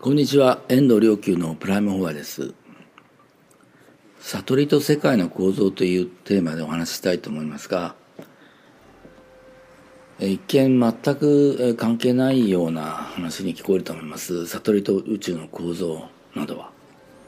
こんにちは、遠藤良久のプライムフォアです。悟りと世界の構造というテーマでお話ししたいと思いますが、一見全く関係ないような話に聞こえると思います。悟りと宇宙の構造などは。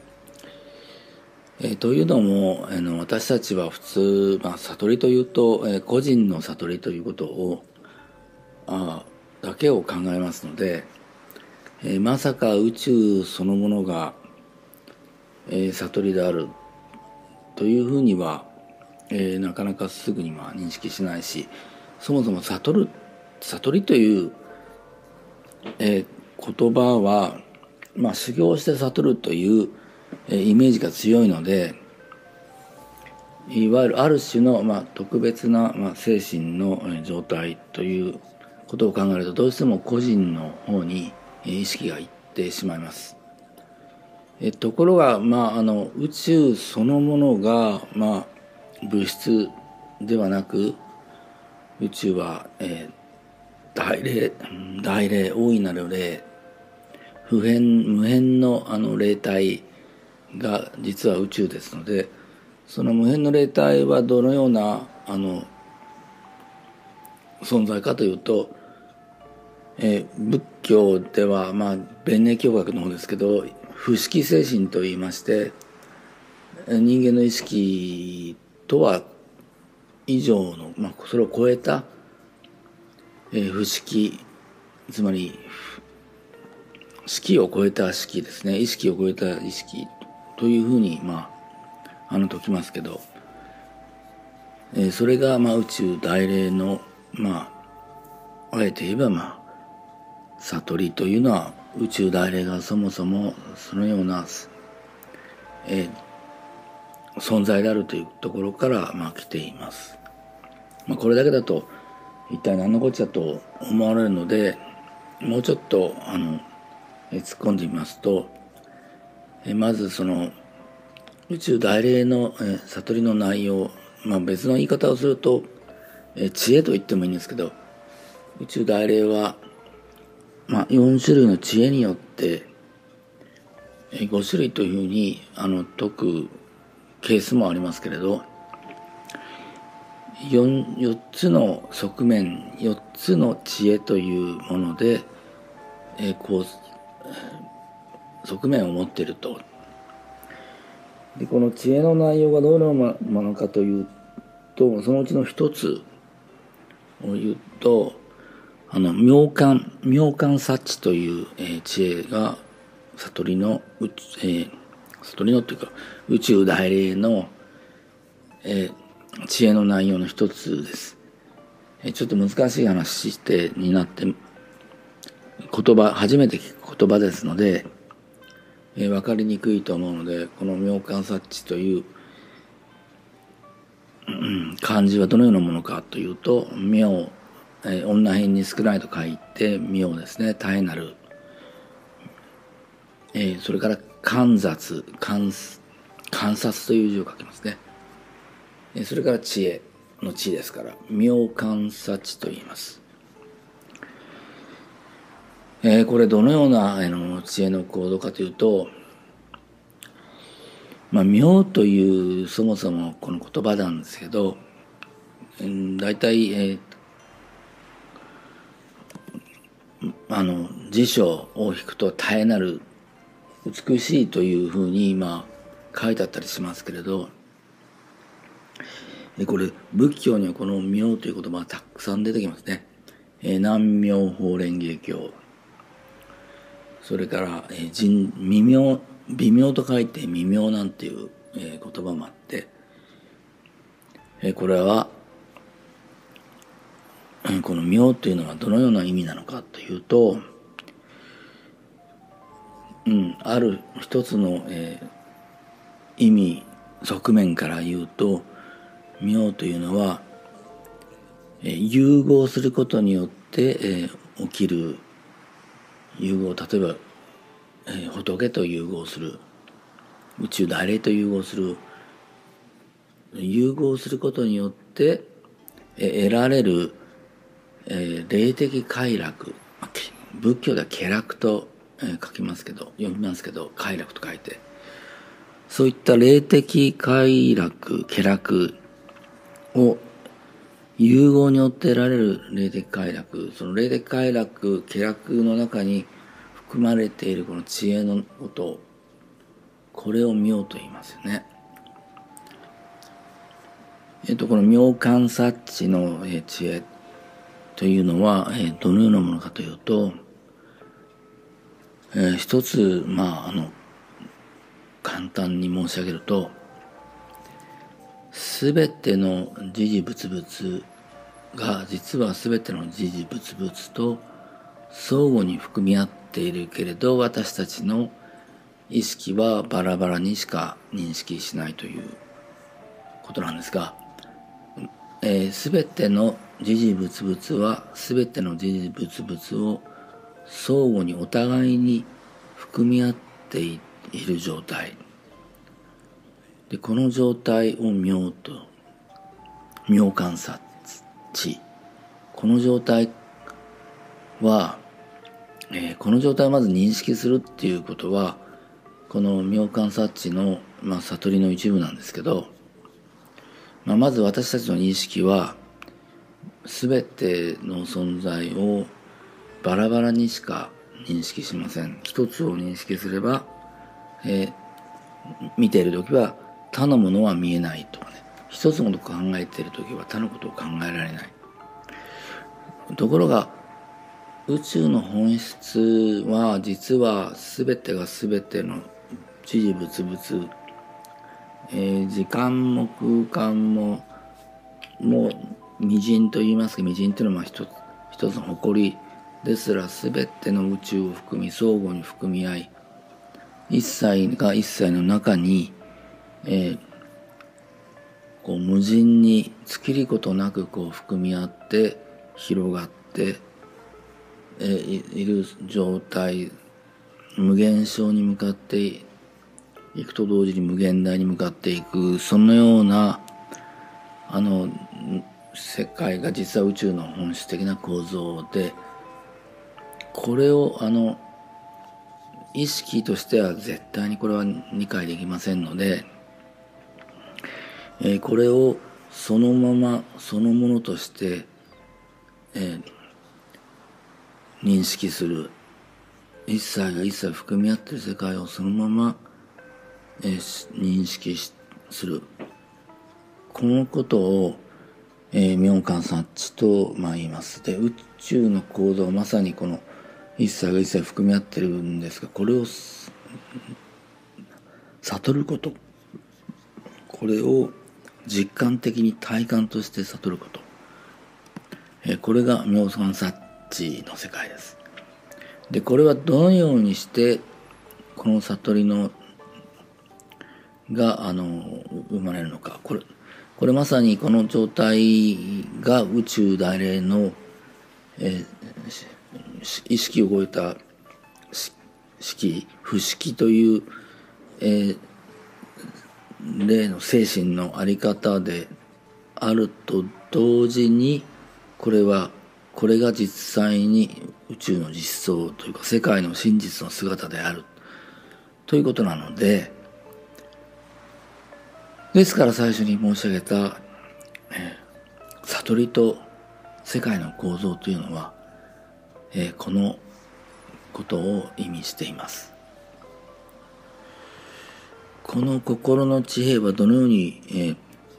というのも私たちは普通、悟りというと、個人の悟りということをだけを考えますので、まさか宇宙そのものが、悟りであるというふうには、なかなかすぐには認識しないし、そもそも悟りという、言葉は、修行して悟るという、イメージが強いので、いわゆるある種の、特別な、精神の状態ということを考えると、どうしても個人の方に意識がいってしまいます。ところが、宇宙そのものが、物質ではなく、宇宙は、大霊、大いなる霊、無辺の霊体が実は宇宙ですので、その無辺の霊体はどのような存在かというと、仏教では、弁寧教学の方ですけど、不思議精神といいまして、人間の意識とは以上の、それを超えた、不思議、つまり識を超えた識ですね、意識を超えた意識というふうに説きますけど、それが宇宙大霊のあえて言えば悟りというのは、宇宙大霊がそもそもそのような、存在であるというところから来ています。これだけだと一体何のこっちゃと思われるので、もうちょっと突っ込んでみますと、まずその宇宙大霊の悟りの内容、別の言い方をすると知恵と言ってもいいんですけど、宇宙大霊は4種類の知恵によって5種類というふうに説くケースもありますけれど、4つの側面、4つの知恵というもので側面を持っていると。でこの知恵の内容がどのようなものかというと、そのうちの一つを言うと、妙観察知という、知恵が悟りのというか宇宙大霊の、知恵の内容の一つです。ちょっと難しい話になって初めて聞く言葉ですので、分かりにくいと思うので、この妙観察知という、漢字はどのようなものかというと、妙、女偏に少ないと書いて妙ですね、絶えなる。それから観察という字を書きますね。それから知恵の知ですから、妙観察知と言います。これどのような知恵の構造かというと、妙というそもそもこの言葉なんですけど、大体、辞書を引くと絶えなる、美しいというふうに書いてあったりしますけれど、これ仏教にはこの妙という言葉がたくさん出てきますね。南妙法蓮華経、それから微妙と書いて微妙なんていう言葉もあって、これはこの妙というのはどのような意味なのかというと、ある一つの意味側面から言うと、妙というのは融合することによって起きる融合、例えば仏と融合する、宇宙大霊と融合する、融合することによって得られる霊的快楽、仏教では気楽と書きますけど、読みますけど、快楽と書いて、そういった霊的快楽、気楽を融合によって得られる霊的快楽、その霊的快楽、気楽の中に含まれているこの知恵のこと、これを妙と言いますよね。この妙観察知の知恵というのは、どのようなものかというと、一つ、簡単に申し上げると、すべての時々物々が実はすべての時々物々と相互に含み合っているけれど、私たちの意識はバラバラにしか認識しないということなんですが、すべての時々物々はすべての時々物々を相互にお互いに含み合っている状態で、この状態を妙と、妙観察知、この状態は、この状態をまず認識するっていうことは、この妙観察知の、悟りの一部なんですけど、まず私たちの認識は全ての存在をバラバラにしか認識しません。一つを認識すれば、見ているときは他のものは見えないとかね、一つのことを考えているときは他のことを考えられない。ところが宇宙の本質は実は全てが全ての時々物々、時間も空間も微塵と言いますか、微塵というのは一つの誇りですら全ての宇宙を含み相互に含み合い、一切が一切の中に、無尽に尽きることなく含み合って広がって、いる状態、無限小に向かっていくと同時に無限大に向かっていく、そのような世界が実は宇宙の本質的な構造で、これを意識としては絶対にこれは理解できませんので、これをそのままそのものとして、認識する、一切が一切含み合っている世界をそのまま、認識する、このことを、妙観察知と言います。で、宇宙の構造はまさにこの一切が一切含み合っているんですが、これを悟ること、これを実感的に体感として悟ること、これが妙観察知の世界です。で、これはどのようにしてこの悟りのが生まれるのか、これまさにこの状態が宇宙大霊の、意識を超えた識、不識という、霊の精神のあり方であると同時に、これが実際に宇宙の実相というか世界の真実の姿であるということなので、ですから最初に申し上げた、悟りと世界の構造というのは、このことを意味しています。この心の地平はどのように、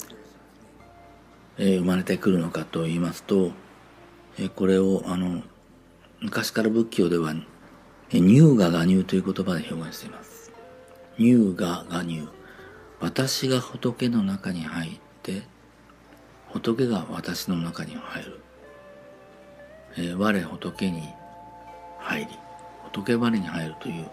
生まれてくるのかと言いますと、これを昔から仏教では入我我入という言葉で表現しています。入我我入、私が仏の中に入って仏が私の中に入る、我仏に入り仏我に入るという、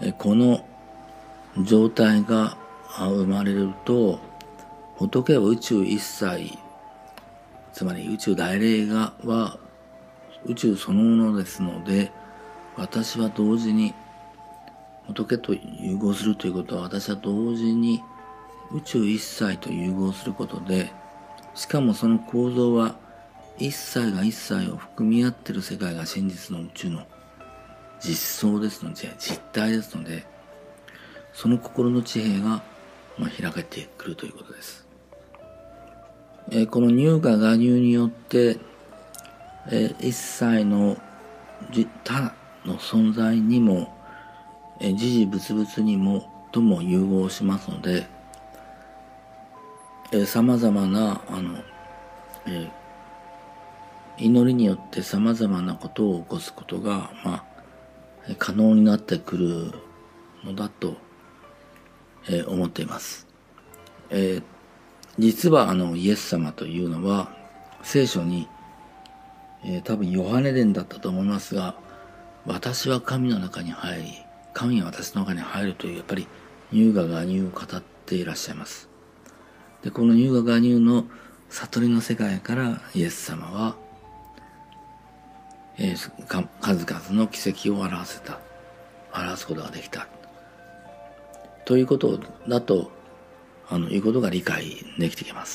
この状態が生まれると、仏は宇宙一切、つまり宇宙大霊は宇宙そのものですので、私は同時に仏と融合するということは、私は同時に宇宙一切と融合することで、しかもその構造は一切が一切を含み合っている世界が真実の宇宙の実相ですので、実体ですので、その心の地平が開けてくるということです。この入が我入によって、一切の他の存在にも、時々物々にもとも融合しますので、さまざまな祈りによってさまざまなことを起こすことが、可能になってくるのだと、思っています。実はイエス様というのは聖書に、多分ヨハネ伝だったと思いますが、私は神の中に入り、神が私の中に入るという、やっぱり乳が我入を語っていらっしゃいます。で、この乳が我入の悟りの世界からイエス様は、数々の奇跡を表すことができたということだということが理解できてきます。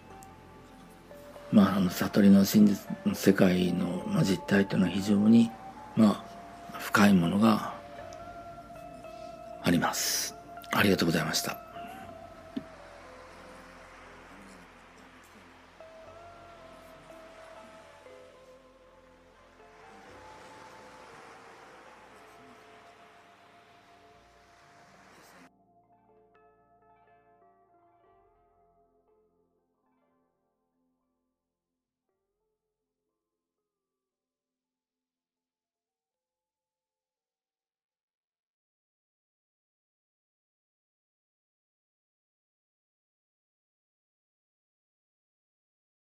悟りの真実の世界の実態というのは非常に深いものがあります。ありがとうございました。